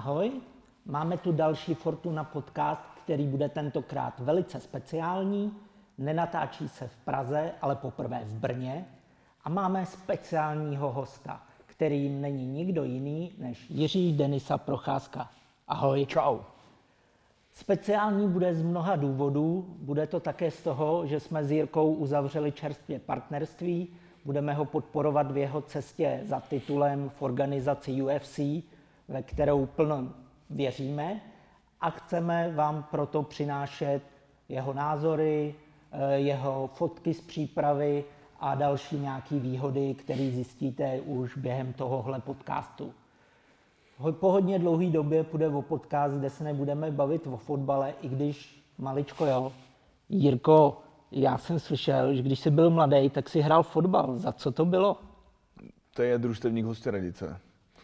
Ahoj, máme tu další Fortuna podcast, který bude tentokrát velice speciální. Nenatáčí se v Praze, ale poprvé v Brně. A máme speciálního hosta, kterým není nikdo jiný než Jiří Denisa Procházka. Ahoj. Čau. Speciální bude z mnoha důvodů. Bude to také z toho, že jsme s Jirkou uzavřeli čerstvě partnerství. Budeme ho podporovat v jeho cestě za titulem v organizaci UFC, ve kterou plno věříme. A chceme vám proto přinášet jeho názory, jeho fotky z přípravy a další nějaké výhody, které zjistíte už během tohohle podcastu. Po hodně dlouhé době půjde o podcast, kde se nebudeme bavit o fotbale, i když maličko jo. Jirko, já jsem slyšel, že když jsi byl mladý, tak si hrál fotbal. Za co to bylo? To je družstevník Hostěradice.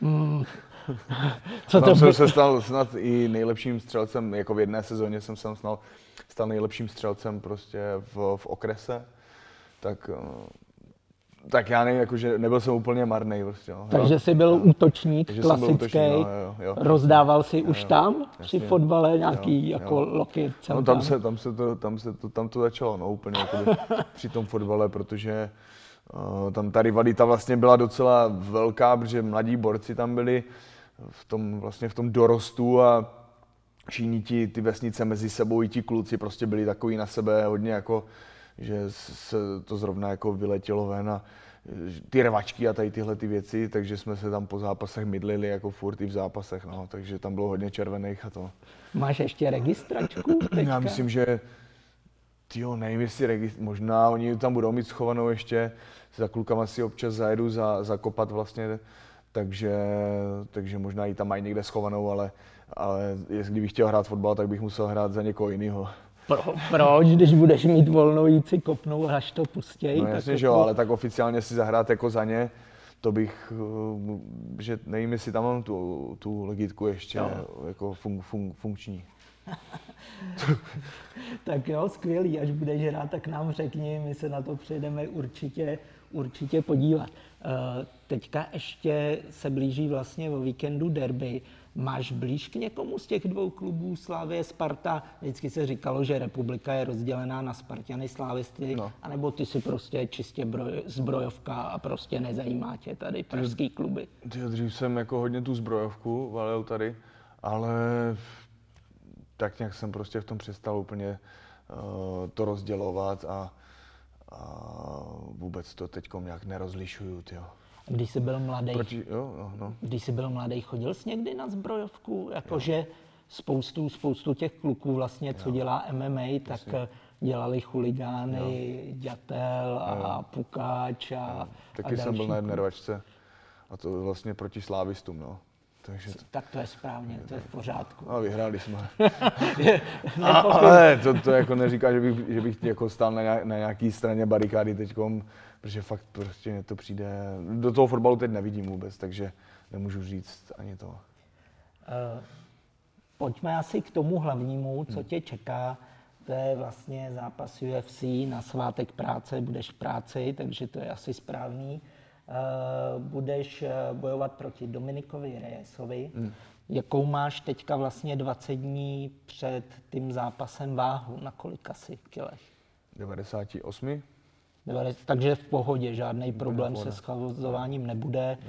Co Tam to jsem se stal snad i nejlepším střelcem, jako v jedné sezóně jsem se stal nejlepším střelcem prostě v okrese. Tak já nevím, jakože nebyl jsem úplně marnej prostě. No. Takže jsi byl útočník klasický, jo. rozdával si už tam při fotbale nějaký jako loky celkem. No, tam to začalo, no, úplně jakoby, při tom fotbale, protože tam ta rivalita vlastně byla docela velká, protože mladí borci tam byli v tom dorostu a všichni ty vesnice mezi sebou i ti kluci prostě byli takový na sebe hodně jako, že se to zrovna jako vyletělo ven a ty rvačky a tady tyhle ty věci, takže jsme se tam po zápasech mydlili jako furt i v zápasech, no, takže tam bylo hodně červených a to. Máš ještě registračku teďka? Já myslím, že nevím, jestli možná oni tam budou mít schovanou ještě, za klukama si občas zajedu zakopat vlastně, takže možná ji tam mají někde schovanou, ale jestli bych chtěl hrát fotbal, tak bych musel hrát za někoho jiného. Proč, když budeš mít volnou, jít si kopnout, až to pustěj? No jasně, že jo, ale tak oficiálně si zahrát jako za ně, to bych, že nevím, jestli tam mám tu legitku ještě jako funkční. Tak jo, skvělý, až budeš hrát, tak nám řekni, my se na to přijedeme určitě podívat. Teďka ještě se blíží vlastně o víkendu derby. Máš blíž k někomu z těch dvou klubů, Slavie, Sparta? Vždycky se říkalo, že republika je rozdělená na Sparťany, Slavisty, anebo ty si prostě čistě zbrojovka a prostě nezajímá tě tady pražský kluby? Dřív jsem jako hodně tu zbrojovku valil tady, ale tak nějak jsem prostě v tom přestal úplně to rozdělovat a vůbec to teďkom nějak nerozlišuju, tyjo. Když jsi byl mladý, no. Když jsi byl mladý, chodil jsi někdy na zbrojovku? Jakože spoustu těch kluků vlastně, co dělá MMA, tak dělali chuligány, Ďatel a Pukáč a Taky a jsem byl na jedné kluky. rvačce a to vlastně proti slávistům, no. Takže Tak to je správně, to je v pořádku. a vyhráli jsme. Ale to jako neříká, že bych jako stál na nějaký straně barikády teďkom, protože fakt prostě mě to přijde, do toho fotbalu teď nevidím vůbec, takže nemůžu říct ani to. Pojďme asi k tomu hlavnímu, co tě čeká. To je vlastně zápas UFC na svátek práce, budeš v práci, takže to je asi správný. Budeš bojovat proti Dominikovi Reyesovi. Jakou máš teďka vlastně 20 dní před tím zápasem váhu? Na kolik asi kilech? 98? Takže v pohodě, žádný problém se schlazováním nebude.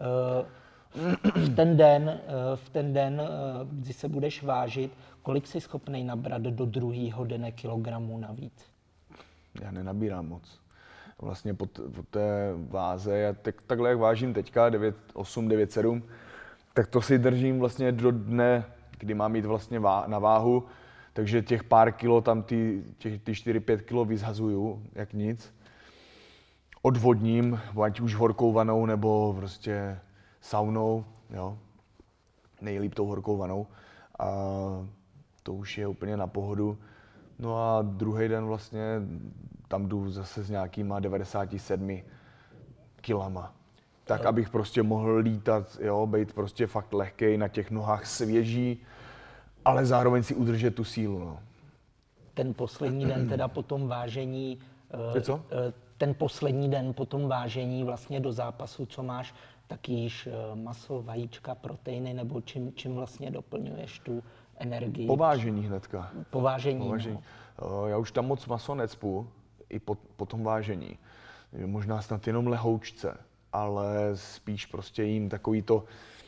V ten den, kdy se budeš vážit, kolik jsi schopnej nabrat do druhého dne kilogramů navíc? Já nenabírám moc. Vlastně po té váze, já takhle jak vážím teďka, 9,8, 9,7, tak to si držím vlastně do dne, kdy mám jít vlastně na váhu, takže těch pár kilo tam ty 4-5 kilo vyzhazuju, jak nic. Odvodním, ať už horkou vanou nebo prostě saunou, jo. Nejlíp tou horkou vanou. A to už je úplně na pohodu. No a druhý den vlastně tam jdu zase s nějakýma 97 kilama. Tak, abych prostě mohl lítat, jo, být prostě fakt lehkej, na těch nohách svěží, ale zároveň si udržet tu sílu, no. Ten poslední den teda po tom vážení, Co? ten poslední den po tom vážení vlastně do zápasu, co máš, tak jíš maso, vajíčka, proteiny, nebo čím vlastně doplňuješ tu energii? Po vážení hnedka. Po vážení. No. Já už tam moc maso necpu, i po tom vážení. Možná snad jenom lehoučce, ale spíš prostě jím takový to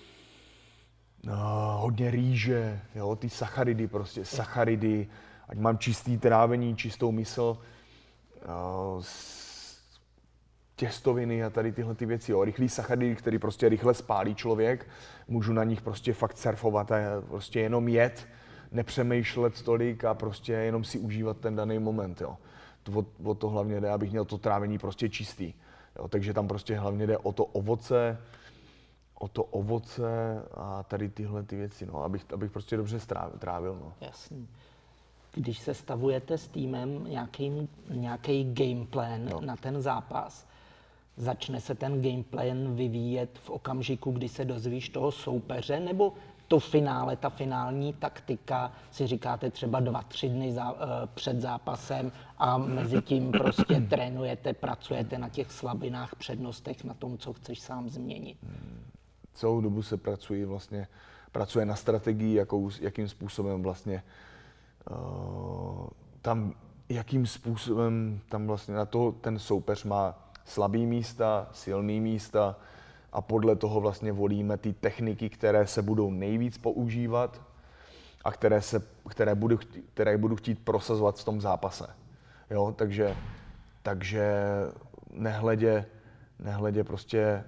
hodně rýže, jo, ty sacharidy, ať mám čistý trávení, čistou mysl, těstoviny a tady tyhle ty věci, jo, rychlý sacharidy, který prostě rychle spálí člověk, můžu na nich prostě fakt surfovat a prostě jenom jet, nepřemýšlet tolik a prostě jenom si užívat ten daný moment, jo. O to hlavně jde, abych měl to trávení prostě čistý, jo, takže tam prostě hlavně jde o to ovoce a tady tyhle ty věci, no, abych prostě dobře trávil, no. Jasný. Když se stavujete s týmem nějaký gameplan na ten zápas, začne se ten gameplan vyvíjet v okamžiku, kdy se dozvíš toho soupeře, nebo to finále, ta finální taktika si říkáte třeba 2-3 dny před zápasem a mezi tím prostě trénujete, pracujete na těch slabinách, přednostech, na tom, co chceš sám změnit? Celou dobu se pracuje na strategii, jakým způsobem vlastně jakým způsobem tam vlastně na to ten soupeř má slabý místa, silný místa a podle toho vlastně volíme ty techniky, které se budou nejvíc používat a které budu chtít prosazovat v tom zápase. Jo, takže nehledě prostě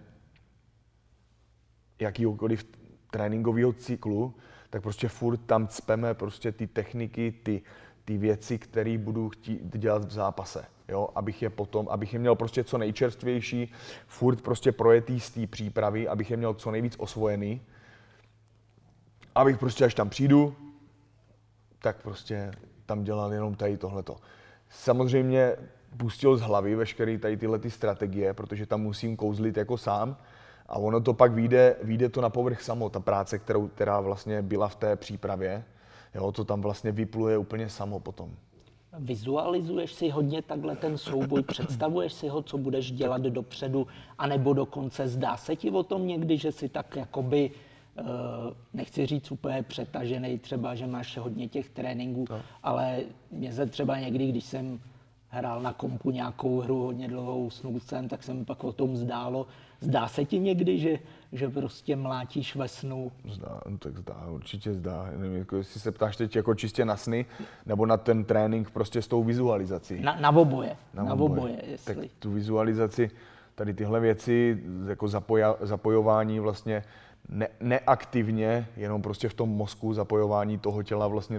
jakýkoliv tréninkového cyklu, tak prostě furt tam cpeme prostě ty techniky, ty věci, které budu chtít dělat v zápase. Jo? Abych je měl prostě co nejčerstvější, furt prostě projetý z té přípravy, abych je měl co nejvíc osvojený. Abych prostě, až tam přijdu, tak prostě tam dělal jenom tady tohleto. Samozřejmě pustil z hlavy veškeré tady tyhle ty strategie, protože tam musím kouzlit jako sám. A ono to pak vyjde to na povrch samo, ta práce, která vlastně byla v té přípravě. Jo, to tam vlastně vypluje úplně samo potom. Vizualizuješ si hodně takhle ten souboj, představuješ si ho, co budeš dělat dopředu, anebo dokonce zdá se ti o tom někdy, že si tak jakoby, nechci říct úplně přetažený, třeba, že máš hodně těch tréninků, ale mě se třeba někdy, když jsem hrál na kompu nějakou hru hodně dlouhou, usnul jsem, tak se mi pak o tom zdálo. Zdá se ti někdy, že prostě mlátíš ve snu? Určitě zdá. Nevím, jako jestli se ptáš teď jako čistě na sny, nebo na ten trénink prostě s tou vizualizací. Na oboje. Na oboje, jestli. Tak tu vizualizaci, tady tyhle věci, jako zapojování vlastně neaktivně, jenom prostě v tom mozku, zapojování toho těla vlastně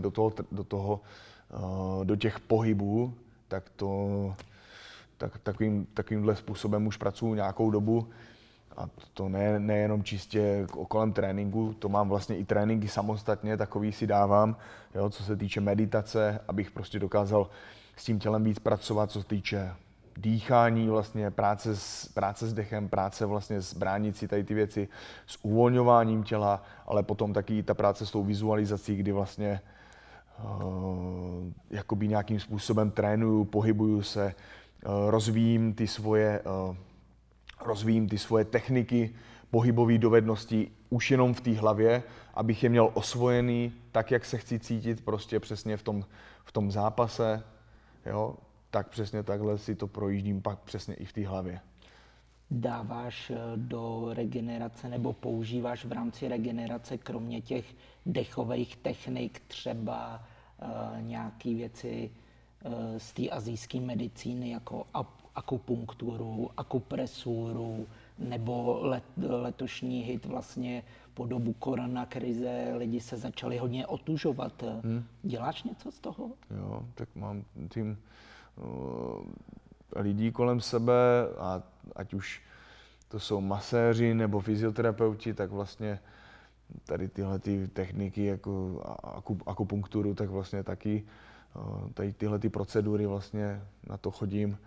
do těch pohybů, takovýmhle způsobem už pracuji nějakou dobu a to nejenom čistě kolem tréninku, to mám vlastně i tréninky samostatně, takový si dávám, jo, co se týče meditace, abych prostě dokázal s tím tělem víc pracovat, co se týče dýchání, vlastně práce s dechem, práce vlastně s bránicí, tady ty věci, s uvolňováním těla, ale potom taky ta práce s tou vizualizací, kdy vlastně jakoby nějakým způsobem trénuju, pohybuju se, rozvíjím ty svoje techniky, pohybové dovednosti už jenom v té hlavě, abych je měl osvojený tak, jak se chci cítit prostě přesně v tom zápase, jo, tak přesně takhle si to projíždím pak přesně i v té hlavě. Dáváš do regenerace nebo používáš v rámci regenerace kromě těch dechových technik třeba nějaké věci z té asijské medicíny jako akupunkturu, akupresuru nebo letošní hit vlastně po dobu koronakrize lidi se začali hodně otužovat. Děláš něco z toho? Jo, tak mám tým lidí kolem sebe a ať už to jsou maséři nebo fyzioterapeuti, tak vlastně tady tyhle ty techniky jako akupunkturu, tak vlastně taky tady tyhle ty procedury vlastně na to chodím.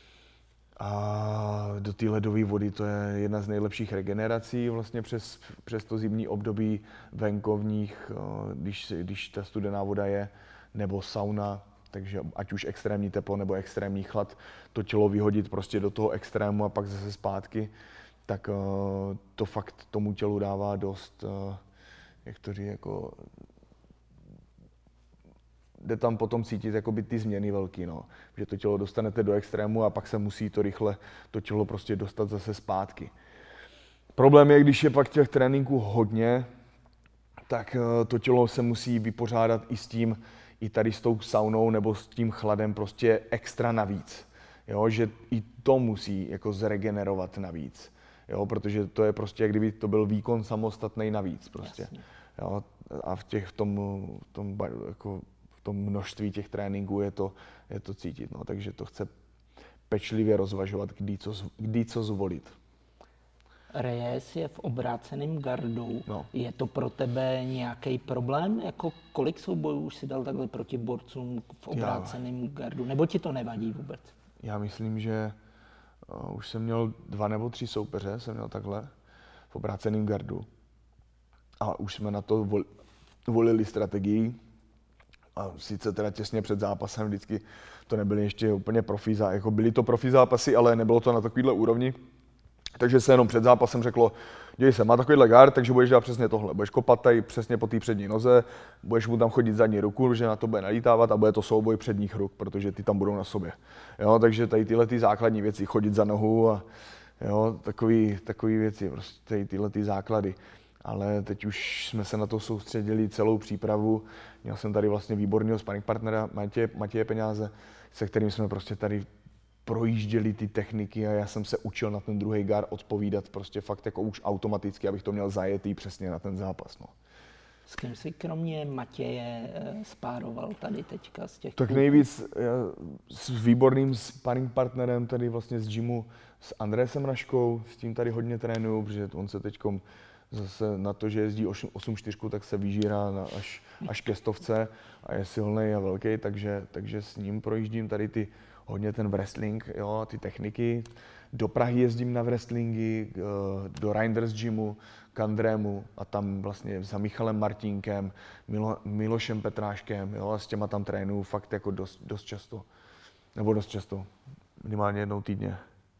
A do té ledové vody to je jedna z nejlepších regenerací vlastně přes to zimní období venkovních, když ta studená voda je, nebo sauna, takže ať už extrémní teplo nebo extrémní chlad, to tělo vyhodit prostě do toho extrému a pak zase zpátky. tak to fakt tomu tělu dává dost, jak to říct, jako jde tam potom cítit jakoby ty změny velký, no. Že to tělo dostanete do extrému a pak se musí to rychle, to tělo prostě dostat zase zpátky. Problém je, když je pak těch tréninků hodně, tak to tělo se musí vypořádat i s tím, i tady s tou saunou nebo s tím chladem prostě extra navíc. Jo, že i to musí jako zregenerovat navíc. Jo, protože to je prostě, jak kdyby to byl výkon samostatný navíc prostě. Jo, a v tom množství těch tréninků je to cítit. No, takže to chce pečlivě rozvažovat, kdy co zvolit. Reyes je v obráceném gardu. No. Je to pro tebe nějaký problém? Jako kolik soubojů už si dal takhle proti borcům v obráceném gardu? Nebo ti to nevadí vůbec? Já myslím, že už jsem měl 2 nebo 3 soupeře, jsem měl takhle v obráceném gardu. A už jsme na to volili strategii. A sice teda těsně před zápasem vždycky to nebyly ještě úplně profi, jako byly to profi zápasy, ale nebylo to na takovýhle úrovni. Takže se jenom před zápasem řeklo, děj se, má takovýhle gard, takže budeš dělat přesně tohle. Budeš kopat tady přesně po té přední noze, budeš mu tam chodit zadní ruku, že na to bude nalítávat a bude to souboj předních ruk, protože ty tam budou na sobě. Jo, takže tady tyhle ty základní věci, chodit za nohu a jo, takový věci, prostě tyhle ty základy. Ale teď už jsme se na to soustředili celou přípravu. Měl jsem tady vlastně výborného sparring partnera Matěje Peňáze, se kterým jsme prostě tady projížděli ty techniky a já jsem se učil na ten druhý gar odpovídat prostě fakt jako už automaticky, abych to měl zajetý přesně na ten zápas. No. S kým si kromě Matěje spároval tady teďka z těch Tak nejvíc s výborným sparring partnerem tady vlastně z gymu s Andrésem Raškou, s tím tady hodně trénuju, protože on se teďkom zase na to, že jezdí 8.4, tak se vyžírá až ke 100 a je silný a velký, takže s ním projíždím tady hodně ten wrestling, jo, ty techniky. Do Prahy jezdím na wrestlingy, do Reinders gymu, k Andrému a tam vlastně za Michalem Martínkem, Milošem Petráškem, jo, a s těma tam trénuju fakt jako dost často. Nebo dost často, minimálně jednou týdně.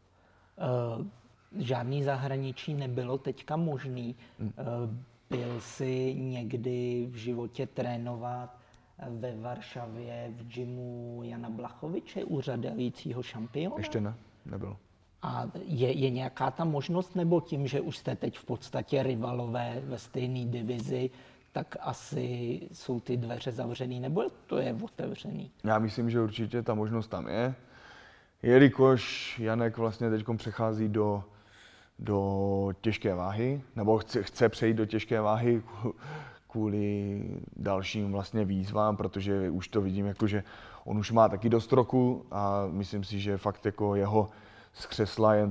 Žádný zahraničí nebylo teďka možný. Byl jsi někdy v životě trénovat ve Varšavě v gymu Jana Blachoviče, úřadujícího šampiona? Ještě ne, nebyl. A je nějaká ta možnost, nebo tím, že už jste teď v podstatě rivalové ve stejné divizi, tak asi jsou ty dveře zavřený, nebo to je otevřený? Já myslím, že určitě ta možnost tam je, jelikož Janek vlastně teď přechází do těžké váhy, nebo chce přejít do těžké váhy kvůli dalším vlastně výzvám, protože už to vidím, jako, že on už má taky dost roku a myslím si, že fakt jako jeho z křesla jen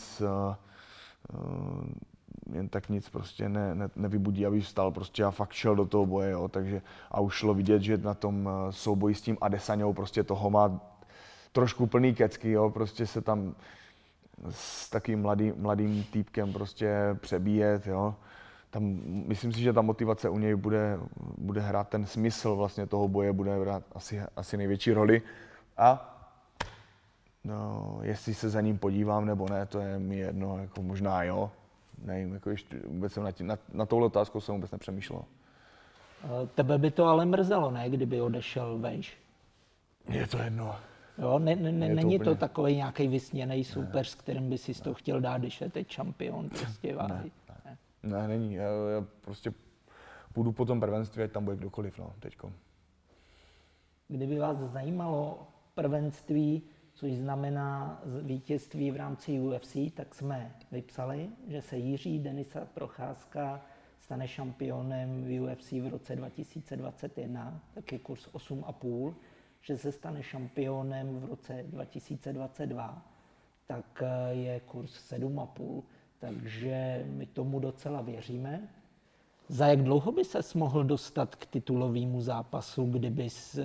tak nic prostě nevybudí, aby vstal prostě a fakt šel do toho boje, jo, takže a už šlo vidět, že na tom souboji s tím Adesaňou prostě toho má trošku plný kecky, jo, prostě se tam s takým mladým týpkem prostě přebíjet, jo. Tam, myslím si, že ta motivace u něj bude hrát ten smysl vlastně toho boje, bude hrát asi největší roli. A no, jestli se za ním podívám nebo ne, to je mi jedno, jako možná jo. Nevím, jako ještě vůbec jsem na touhle otázku jsem vůbec nepřemýšlel. Tebe by to ale mrzelo, ne, kdyby odešel vejš? Je to jedno. Jo, není to takový nějaký vysněný soupeř, s kterým by si to chtěl dát, když je teď šampion prostě váhy. Ne, není. Já prostě půjdu po tom prvenství, ať tam bude kdokoliv, no, teďko. Kdyby vás zajímalo prvenství, což znamená vítězství v rámci UFC, tak jsme vypsali, že se Jiří Denisa Procházka stane šampionem v UFC v roce 2021, tak je kurz 8,5, že se stane šampionem v roce 2022, tak je kurz 7,5, takže my tomu docela věříme. Za jak dlouho by ses mohl dostat k titulovému zápasu, kdybys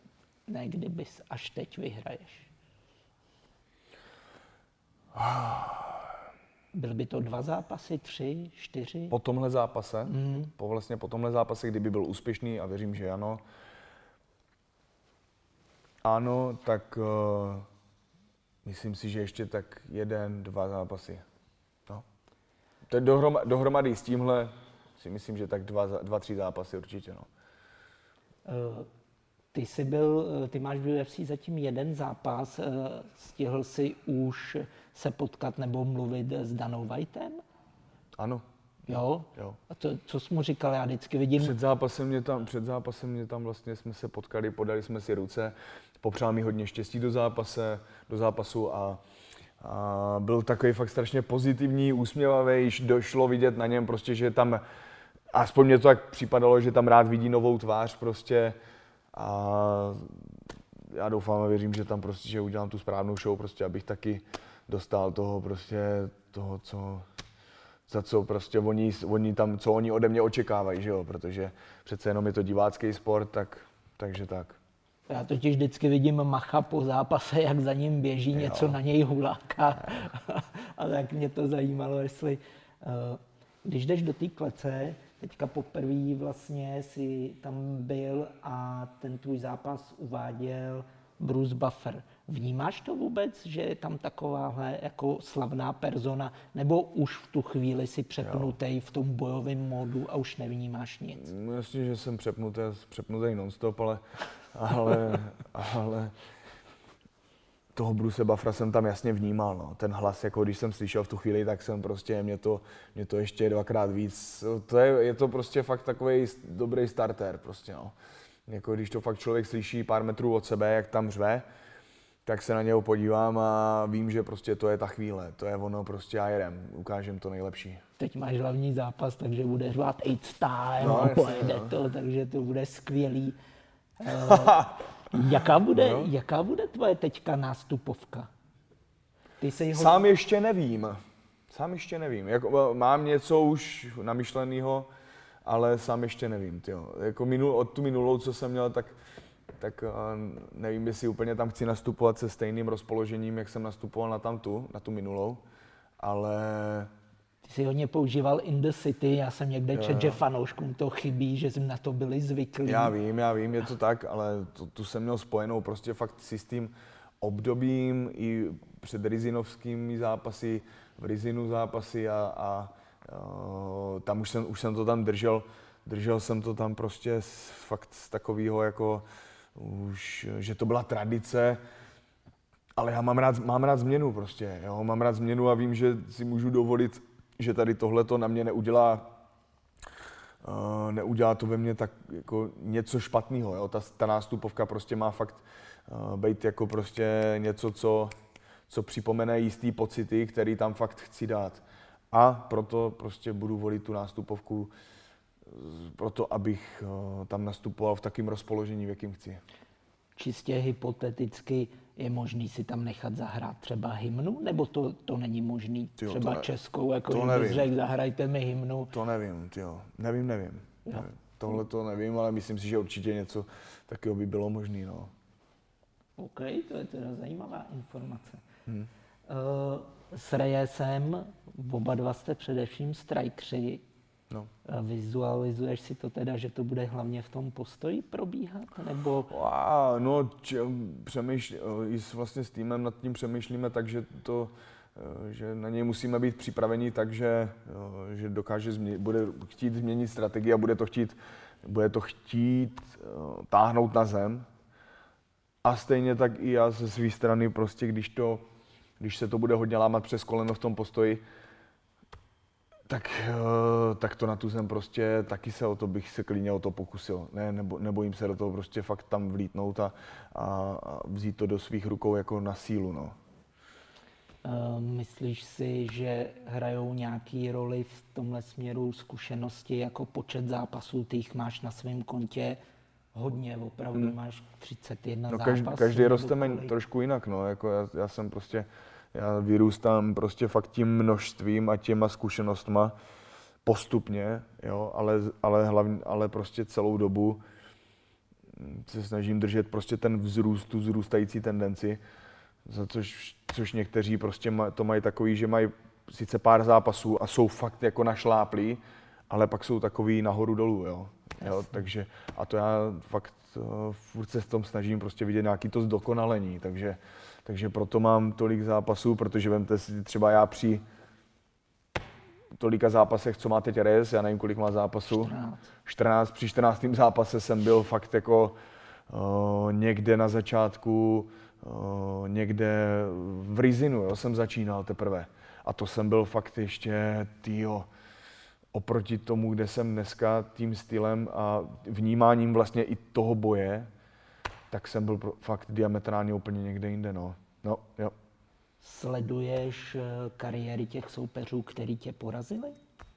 až teď vyhraješ? Byl by to 2 zápasy, 3, 4? Po tomhle zápase, po tomhle zápase, kdyby byl úspěšný a věřím, že ano, tak myslím si, že ještě tak 1, 2 zápasy. No. To dohromady s tímhle si myslím, že tak 2-3 zápasy určitě. No. Ty máš v UFC zatím jeden zápas. Stihl jsi už se potkat nebo mluvit s Danou Whiteem? Ano. Jo? Jo. A co jsi mu říkal? Já vždycky vidím... Před zápasem mě tam vlastně jsme se potkali, podali jsme si ruce, popřál mi hodně štěstí do zápasu a byl takový fakt strašně pozitivní, úsměvavý, došlo vidět na něm prostě, že tam, aspoň mě to tak připadalo, že tam rád vidí novou tvář prostě a já doufám a věřím, že tam prostě, že udělám tu správnou show prostě, abych taky dostal toho za co prostě oni tam, co oni ode mě očekávají, že jo, protože přece jenom je to divácký sport, takže tak. Já totiž vždycky vidím Macha po zápase, jak za ním běží, něco na něj huláka. A tak mě to zajímalo, jestli, když jdeš do té klece, teďka poprvé vlastně si tam byl a ten tvůj zápas uváděl Bruce Buffer. Vnímáš to vůbec, že je tam takováhle jako slavná persona, nebo už v tu chvíli si přepnutý v tom bojovém módu a už nevnímáš nic? No jasně, že jsem přepnutý non-stop, ale toho Bruce Buffera jsem tam jasně vnímal, no. Ten hlas, jako když jsem slyšel v tu chvíli, tak jsem prostě, mě to ještě dvakrát víc, je to prostě fakt takový dobrý starter prostě, no. Jako když to fakt člověk slyší pár metrů od sebe, jak tam řve, tak se na něho podívám a vím, že prostě to je ta chvíle, to je ono prostě a jedem, ukážem to nejlepší. Teď máš hlavní zápas, takže budeš řvát It's time a pojede to, takže to bude skvělý. Jaká bude tvoje teďka nástupovka? Sám ještě nevím. Jako, mám něco už namyšlenýho, ale sám ještě nevím. Tyjo. Jako od tu minulou, co jsem měl, tak nevím, jestli úplně tam chci nastupovat se stejným rozpoložením, jak jsem nastupoval na tu minulou, ale... Ty jsi hodně používal In the City, já jsem někde četl, že fanouškům to chybí, že jsme na to byli zvyklí. Já vím, je to tak, ale tu jsem měl spojenou prostě fakt s tím obdobím i před rizinovskými zápasy, v Rizinu zápasy a tam už jsem to tam držel jsem to tam prostě fakt z takového jako už, že to byla tradice, ale já mám rád změnu prostě, jo? Mám rád změnu a vím, že si můžu dovolit, že tady tohleto na mě neudělá to ve mně tak jako něco špatného, jo? Ta nástupovka prostě má fakt být jako prostě něco, co připomene jistý pocity, který tam fakt chci dát. A proto prostě budu volit tu nástupovku, proto abych tam nastupoval v takém rozpoložení, v jakým chci. Čistě hypoteticky je možný si tam nechat zahrát třeba hymnu, nebo to není možný? Třeba českou, jako že bys řekl, zahrajte mi hymnu. To nevím, nevím. Tohle to nevím, ale myslím si, že určitě něco takového by bylo možné. No. OK, to je teda zajímavá informace. S Reyesem, oba dva jste především strikeři. No. Vizualizuješ si to teda, že to bude hlavně v tom postoji probíhat, nebo? Vlastně s týmem nad tím přemýšlíme tak, že na něj musíme být připraveni tak, že bude chtít změnit strategii a bude to chtít táhnout na zem. A stejně tak i já ze své strany prostě, když se to bude hodně lámat přes koleno v tom postoji, tak to na tu zem prostě taky bych se klidně o to pokusil. Nebojím se do toho prostě fakt tam vlítnout a vzít to do svých rukou jako na sílu. No. Myslíš si, že hrajou nějaký roli v tomhle směru zkušenosti, jako počet zápasů, ty jich máš na svém kontě hodně, opravdu máš 31 zápasů? Každý roste trošku jinak, no. Jako já vyrůstám prostě fakt tím množstvím a těma zkušenostma postupně, jo, ale prostě celou dobu se snažím držet prostě ten tu vzrůstající tendenci, za což někteří prostě to mají takový, že mají sice pár zápasů a jsou fakt jako našláplí, ale pak jsou takový nahoru dolů, jo. Takže a to já fakt furt se v tom snažím prostě vidět nějaký to zdokonalení, takže proto mám tolik zápasů, protože vemte si třeba já tolika zápasech, co má teď Reyes, já nevím, kolik má zápasů. 14. Při 14. zápase jsem byl fakt jako někde na začátku, někde v Rizinu, jo, jsem začínal teprve. A to jsem byl fakt ještě, oproti tomu, kde jsem dneska tím stylem a vnímáním vlastně i toho boje, tak jsem byl fakt diametrálně úplně někde jinde, no. No, jo. Sleduješ kariéry těch soupeřů, který tě porazili?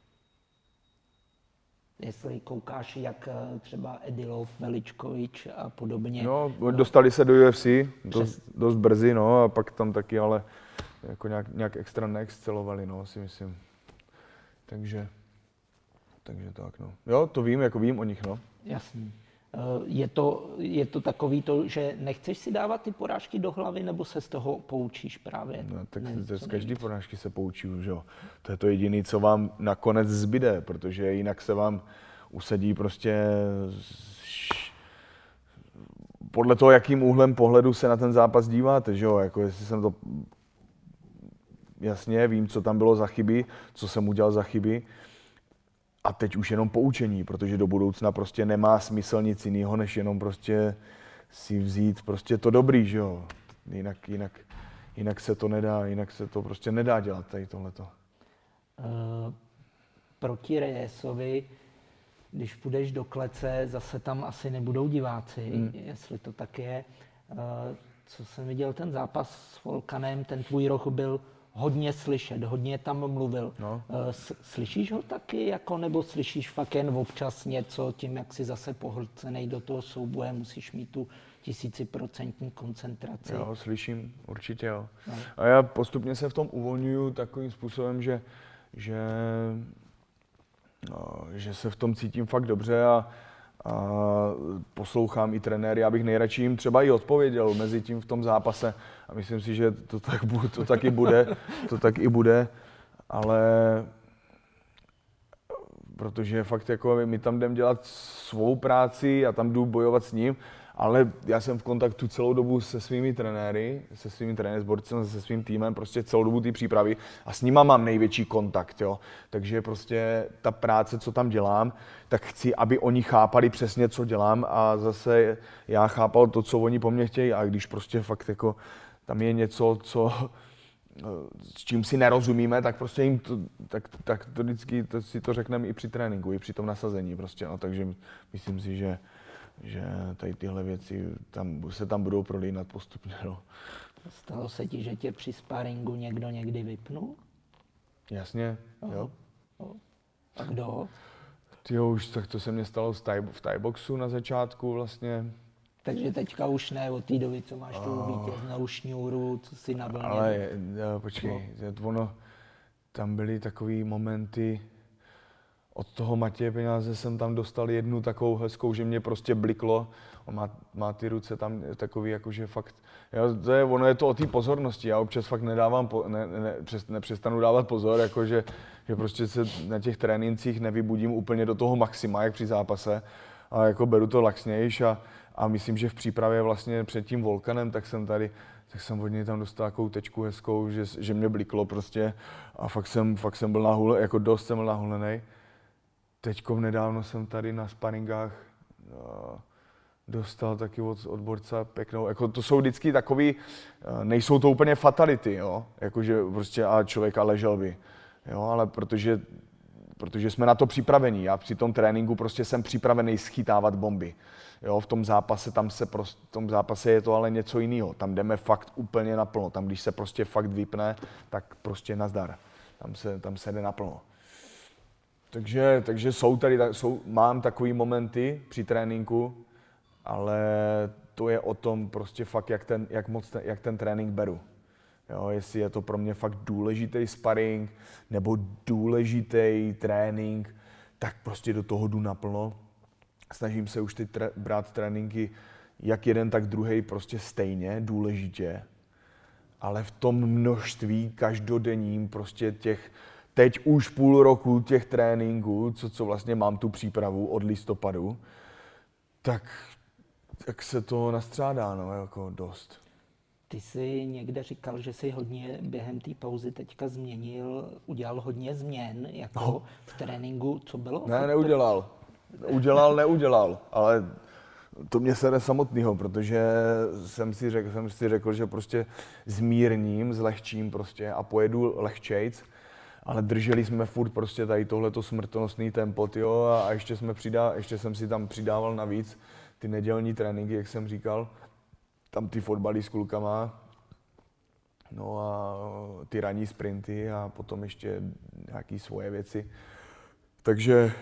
Jestli koukáš, jak třeba Edilov, Veličkovič a podobně. No, dostali se do UFC dost brzy, no, a pak tam taky, ale jako nějak extra neexcelovali, no, si myslím. Takže tak, no. Jo, to vím o nich, no. Jasný. Je to takový to, že nechceš si dávat ty porážky do hlavy, nebo se z toho poučíš právě? No, tak z každé porážky se poučím, že jo. To je to jediné, co vám nakonec zbyde, protože jinak se vám usadí prostě podle toho, jakým úhlem pohledu se na ten zápas díváte, že jo. Jako jestli jsem to jasně, vím, co tam bylo za chyby, co jsem udělal za chyby. A teď už jenom poučení, protože do budoucna prostě nemá smysl nic jiného, než jenom prostě si vzít prostě to dobrý, že jo. Jinak se to nedá, jinak se to prostě nedá dělat tady tohleto. Proti Reyesovi, když půjdeš do klece, zase tam asi nebudou diváci, jestli to tak je. Co jsem viděl ten zápas s Volkanem, ten tvůj roh byl hodně slyšet, hodně tam mluvil. No. Slyšíš ho taky, jako, nebo slyšíš fakt jen občas něco, tím, jak si zase pohlcenej do toho souboje, musíš mít tu 1000% koncentraci? Jo, slyším, určitě jo. No. A já postupně se v tom uvolňuju takovým způsobem, že se v tom cítím fakt dobře a poslouchám i trenéry. Já bych nejradši jim třeba i odpověděl mezi tím v tom zápase a myslím si, že to tak i bude, ale protože fakt jako my tam jdeme dělat svou práci a tam jdu bojovat s ním, ale já jsem v kontaktu celou dobu se svými trenéry, s borcem, se svým týmem, prostě celou dobu ty přípravy a s nima mám největší kontakt, jo. Takže prostě ta práce, co tam dělám, tak chci, aby oni chápali přesně, co dělám a zase já chápal to, co oni po mně chtějí a když prostě fakt jako tam je něco, s čím si nerozumíme, tak prostě jim tak to vždycky si to řekneme i při tréninku, i při tom nasazení prostě, no. Takže myslím si, že tady tyhle věci se tam budou prolínat postupně. No. Stalo se ti, že tě při sparingu někdo někdy vypnul? Jasně, jo. A kdo? Už tak to se mně stalo v thaiboxu na začátku vlastně. Takže teďka už ne, od té doby, co máš tu vítěznou šňůru, co si na vlně. Ale počkej, tam byly takový momenty. Od toho Matěje Peňáze jsem tam dostal jednu takovou hezkou, že mě prostě bliklo. On má ty ruce tam takový, jakože fakt, ono je to o té pozornosti. Já občas fakt nepřestanu dávat pozor, jakože že prostě se na těch trénincích nevybudím úplně do toho maxima, jak při zápase. A jako beru to laxnějš a myslím, že v přípravě vlastně před tím Volkanem, tak jsem od něj tam dostal takovou tečku hezkou, že mě bliklo prostě a fakt jsem byl dost jsem byl nahulenej. Teďko nedávno jsem tady na sparingách dostal taky od borca pěknou, jako to jsou vždycky takový, nejsou to úplně fatality, jo, jakože prostě a člověka ležel by, jo, ale protože jsme na to připravení, já při tom tréninku prostě jsem připravený schytávat bomby, jo, v tom zápase je to ale něco jiného, tam jdeme fakt úplně naplno, tam když se prostě fakt vypne, tak prostě nazdar, tam se jde naplno. Takže mám takový momenty při tréninku, ale to je o tom prostě fakt, jak ten trénink beru. Jo, jestli je to pro mě fakt důležitý sparring nebo důležitý trénink, tak prostě do toho jdu naplno. Snažím se už teď brát tréninky jak jeden, tak druhý prostě stejně důležitě, ale v tom množství každodenním prostě teď už půl roku těch tréninků, co vlastně mám tu přípravu od listopadu, tak se to nastřádá, no, jako dost. Ty jsi někde říkal, že jsi hodně během té pauzy teďka udělal hodně změn jako v tréninku. Co bylo? Ne, neudělal. Neudělal, ale to mě sere samotného, protože jsem si řekl, že prostě zmírním, zlehčím prostě a pojedu lehčejc, ale drželi jsme furt prostě tady tohleto smrtonosný tempo, tyjo, a ještě jsem si tam přidával navíc ty nedělní tréninky, jak jsem říkal, tam ty fotbaly s klukama, no a ty ranní sprinty a potom ještě nějaký svoje věci. Takže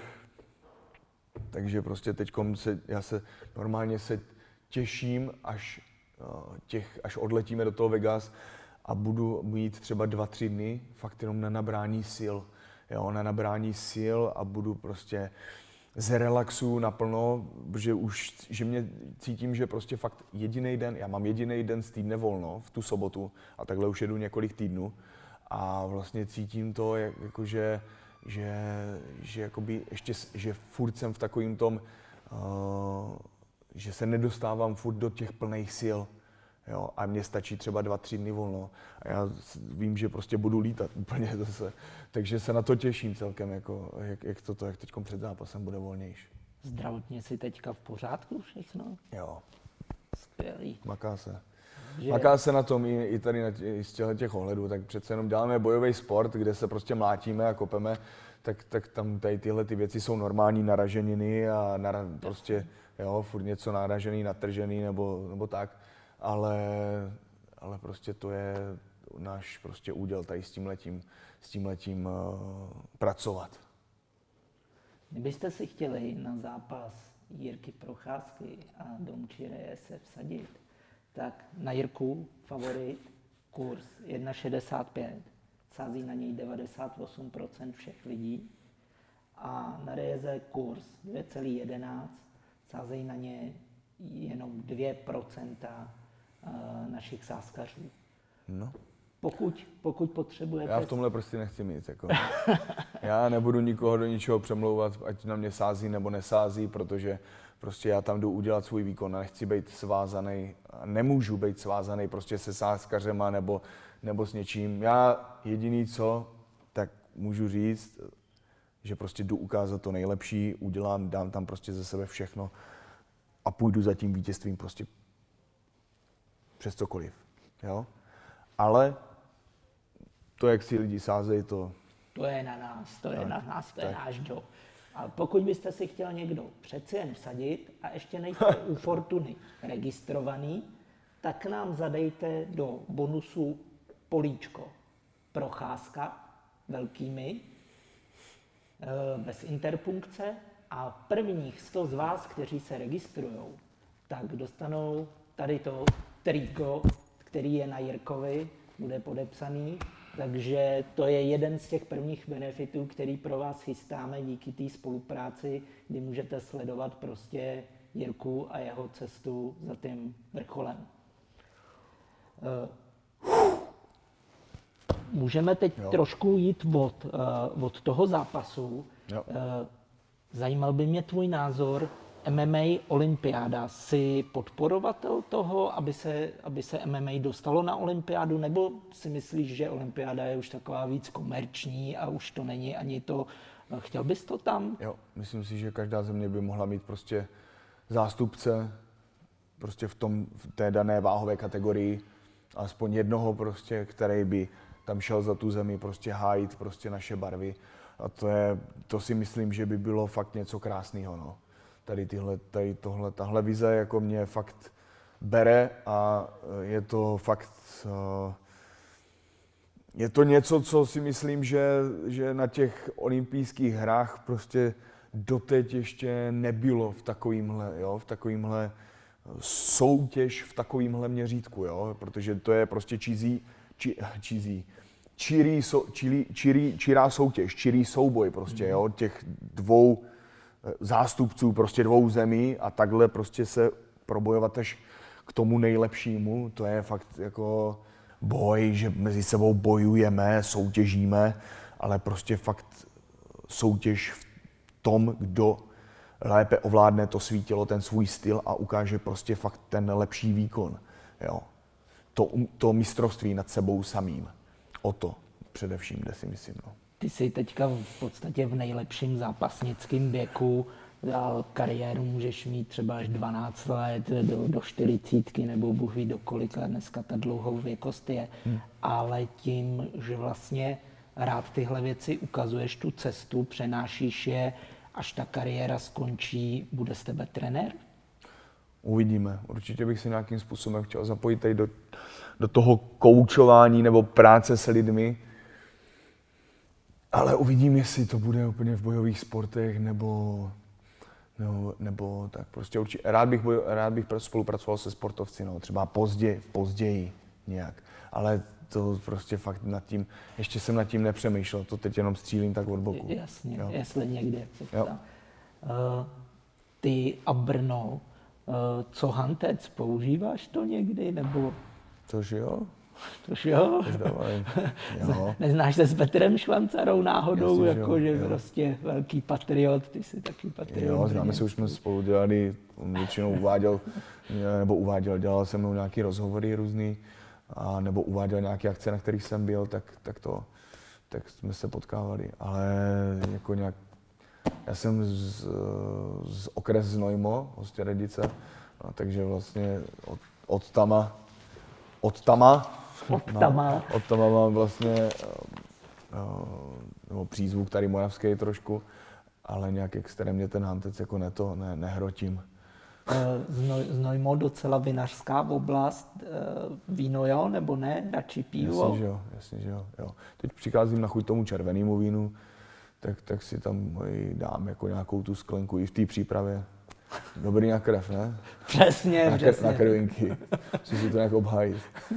prostě teďkom já se normálně těším, až odletíme do toho Vegas a budu mít třeba 2-3 dny fakt jenom na nabrání sil. Jo, na nabrání sil a budu prostě z relaxu naplno, že mě cítím, že prostě fakt já mám jediný den z týdne volno v tu sobotu a takhle už jedu několik týdnů a vlastně cítím to, jakože jakoby ještě, že furt jsem v takovým tom, že se nedostávám furt do těch plných sil, jo, a mně stačí třeba 2-3 dny volno a já vím, že prostě budu lítat úplně zase, takže se na to těším celkem, jako, jak teďkom před zápasem bude volnější. Zdravotně si teďka v pořádku všechno? Jo. Skvělý. Maká se na tom i tady z těch ohledů, tak přece jenom děláme bojový sport, kde se prostě mlátíme a kopeme, tak tam tady tyhle ty věci jsou normální naraženiny a prostě jo, furt něco naražený, natržený nebo tak, ale prostě to je náš prostě úděl tady s tímhletím pracovat. Kdybyste si chtěli na zápas Jirky Procházky a Domči Reyese vsadit, tak na Jirku favorit kurz 1,65, sází na něj 98% všech lidí a na Reyese kurz 2,11, sázejí na ně jenom 2% našich sázkařů. No. Pokud potřebujete... Já v tomhle prostě nechci mít. Jako. Já nebudu nikoho do ničeho přemlouvat, ať na mě sází nebo nesází, protože prostě já tam jdu udělat svůj výkon a nechci být svázaný, nemůžu být svázaný prostě se sázkařema nebo s něčím. Já jediný co, tak můžu říct, že prostě jdu ukázat to nejlepší, dám tam prostě ze sebe všechno a půjdu za tím vítězstvím prostě přes cokoliv. Jo? Ale to, jak si lidi sázejí, to je na nás, to je náš job. A pokud byste si chtěl někdo přeci jen vsadit a ještě nejste u Fortuny registrovaný, tak nám zadejte do bonusu políčko Procházka velkými, bez interpunkce a prvních 100 z vás, kteří se registrujou, tak dostanou tady to tričko, který je na Jirkovi, bude podepsaný, takže to je jeden z těch prvních benefitů, který pro vás chystáme díky té spolupráci, kdy můžete sledovat prostě Jirku a jeho cestu za tím vrcholem. Můžeme teď trošku jít od toho zápasu. Zajímal by mě tvůj názor. MMA olympiáda. Jsi podporovatel toho, aby se MMA dostalo na olympiádu, nebo si myslíš, že olympiáda je už taková víc komerční a už to není ani to, chtěl bys to tam? Jo, myslím si, že každá země by mohla mít prostě zástupce prostě v té dané váhové kategorii, aspoň jednoho prostě, který by tam šel za tu zemi prostě hájit prostě naše barvy. A to si myslím, že by bylo fakt něco krásného, no. Tahle vize jako mě fakt bere a je to fakt, je to něco, co si myslím, že na těch olympijských hrách prostě doteď ještě nebylo v takovýmhle soutěž, v takovýmhle měřítku, jo, protože to je prostě čirá soutěž, čirý souboj prostě, jo, těch dvou zástupců prostě dvou zemí a takhle prostě se probojovat až k tomu nejlepšímu, to je fakt jako boj, že mezi sebou bojujeme, soutěžíme, ale prostě fakt soutěž v tom, kdo lépe ovládne to svý tělo, ten svůj styl a ukáže prostě fakt ten lepší výkon, jo. to mistrovství nad sebou samým. O to především jde, si myslím. No. Ty jsi teďka v podstatě v nejlepším zápasnickém věku, a kariéru můžeš mít třeba až 12 let, do 40 nebo Bůh ví do kolika, dneska ta dlouhověkost je. Ale tím, že vlastně rád tyhle věci ukazuješ tu cestu, přenášíš je, až ta kariéra skončí, bude z tebe trenér? Uvidíme. Určitě bych se nějakým způsobem chtěl zapojit tady do toho koučování nebo práce s lidmi. Ale uvidím, jestli to bude úplně v bojových sportech nebo tak prostě určitě. Rád bych spolupracoval se sportovci, no, třeba později nějak. Ale to prostě fakt ještě jsem nad tím nepřemýšlel, to teď jenom střílím tak od boku. Jasně, jestli někde. Ty a Brno, co hantec, používáš to někdy, nebo? Tož jo. Tož jo? Jo. Neznáš se s Petrem Švancarou náhodou, jasně, jako že jo. Prostě velký patriot, ty jsi taky patriot. Jo, známe se, už jsme spolu dělali, on většinou dělal se mnou nějaký rozhovory různý, nebo uváděl nějaké akce, na kterých jsem byl, tak jsme se potkávali, ale jako nějak, já jsem z okres Znojmo, Hostěredice, takže vlastně od tama mám vlastně přízvuk tady moravský trošku, ale nějak extrémně ten hantec jako nehrotím. Znojmo docela vinařská oblast, víno jo, nebo ne, radši pivo? Jasně, že jo. Teď přicházím na chuť tomu červenému vínu, tak si tam dám jako nějakou tu sklenku i v té přípravě. Dobrý na krev, ne? Přesně. Na krvinky. Musím si to nějak obhájit.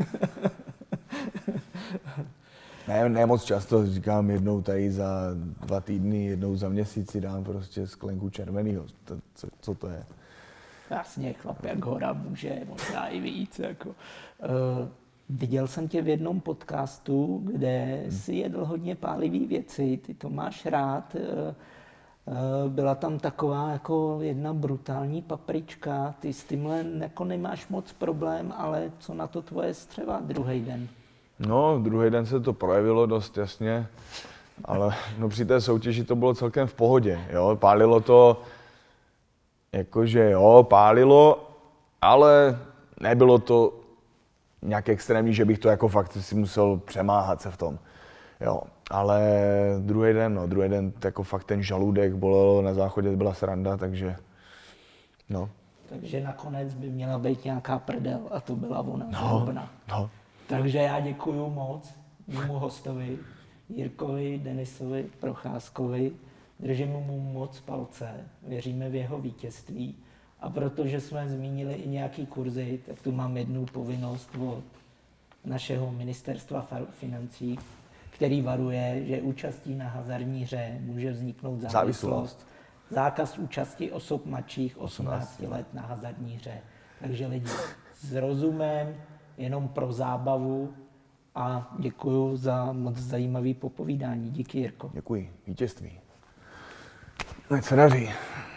Ne moc často, říkám jednou tady za 2 týdny, jednou za měsíc si dám prostě sklenku červenýho. Co to je? Jasně, chlap jak hora může, možná i víc. Jako. Viděl jsem tě v jednom podcastu, kde si jedl hodně pálivý věci, ty to máš rád. Byla tam taková jako jedna brutální paprička, ty s tímhle jako nemáš moc problém, ale co na to tvoje střeva druhý den? No, druhý den se to projevilo dost jasně, ale při té soutěži to bylo celkem v pohodě, jo, pálilo to, jakože jo, pálilo, ale nebylo to nějak extrémní, že bych to jako fakt si musel přemáhat se v tom, jo. Ale druhý den jako fakt ten žaludek bolelo, na záchodě byla sranda, takže no. Takže nakonec by měla být nějaká prdel a to byla ona zrovna. No. Takže já děkuju moc mému hostovi, Jirkovi Denisovi Procházkovi. Držím mu moc palce, věříme v jeho vítězství. A protože jsme zmínili i nějaký kurzy, tak tu mám jednu povinnost od našeho ministerstva financí, který varuje, že účastí na hazardní hře může vzniknout závislost. Zákaz účasti osob mladších 18 let na hazardní hře. Takže lidi s rozumem, jenom pro zábavu a děkuju za moc zajímavý popovídání. Díky, Jirko. Děkuji, vítězství. Ať se daří.